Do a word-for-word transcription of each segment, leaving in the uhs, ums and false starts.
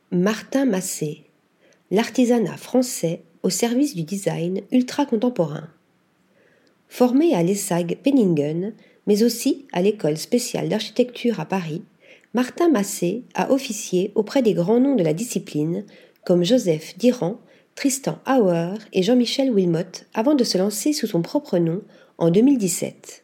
Martin Massé, l'artisanat français au service du design ultra-contemporain. Formé à l'ESSAG-Penningen, mais aussi à l'École spéciale d'architecture à Paris, Martin Massé a officié auprès des grands noms de la discipline, comme Joseph Diran, Tristan Auer et Jean-Michel Wilmotte, avant de se lancer sous son propre nom en deux mille dix-sept.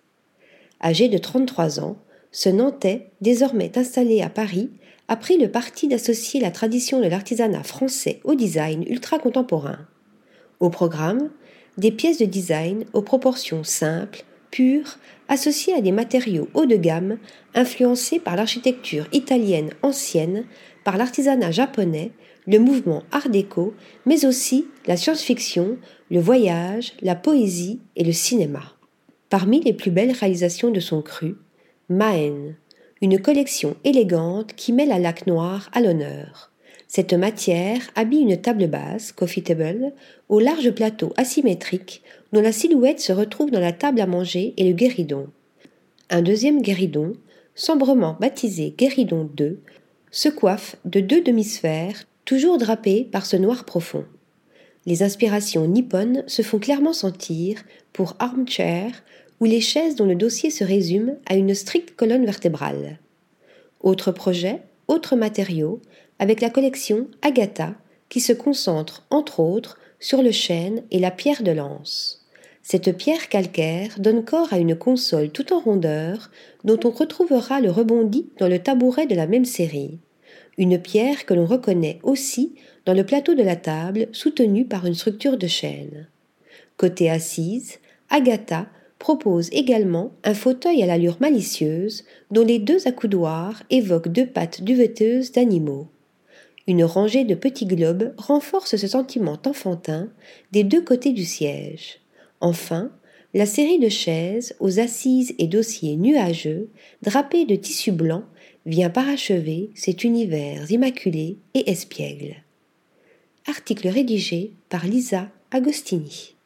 Âgé de trente-trois ans, ce Nantais, désormais installé à Paris, a pris le parti d'associer la tradition de l'artisanat français au design ultra-contemporain. Au programme, des pièces de design aux proportions simples, pures, associées à des matériaux haut de gamme, influencés par l'architecture italienne ancienne, par l'artisanat japonais, le mouvement art déco, mais aussi la science-fiction, le voyage, la poésie et le cinéma. Parmi les plus belles réalisations de son cru, Maen, une collection élégante qui met la laque noire à l'honneur. Cette matière habille une table basse, coffee table, au large plateau asymétrique dont la silhouette se retrouve dans la table à manger et le guéridon. Un deuxième guéridon, sombrement baptisé guéridon deux, se coiffe de deux demi-sphères, toujours drapées par ce noir profond. Les inspirations nippones se font clairement sentir pour Armchair, ou les chaises dont le dossier se résume à une stricte colonne vertébrale. Autre projet, autres matériaux, avec la collection Agatha, qui se concentre, entre autres, sur le chêne et la pierre de lance. Cette pierre calcaire donne corps à une console tout en rondeur, dont on retrouvera le rebondi dans le tabouret de la même série. Une pierre que l'on reconnaît aussi dans le plateau de la table, soutenu par une structure de chêne. Côté assise, Agatha propose également un fauteuil à l'allure malicieuse dont les deux accoudoirs évoquent deux pattes duveteuses d'animaux. Une rangée de petits globes renforce ce sentiment enfantin des deux côtés du siège. Enfin, la série de chaises aux assises et dossiers nuageux, drapés de tissu blanc, vient parachever cet univers immaculé et espiègle. Article rédigé par Lisa Agostini.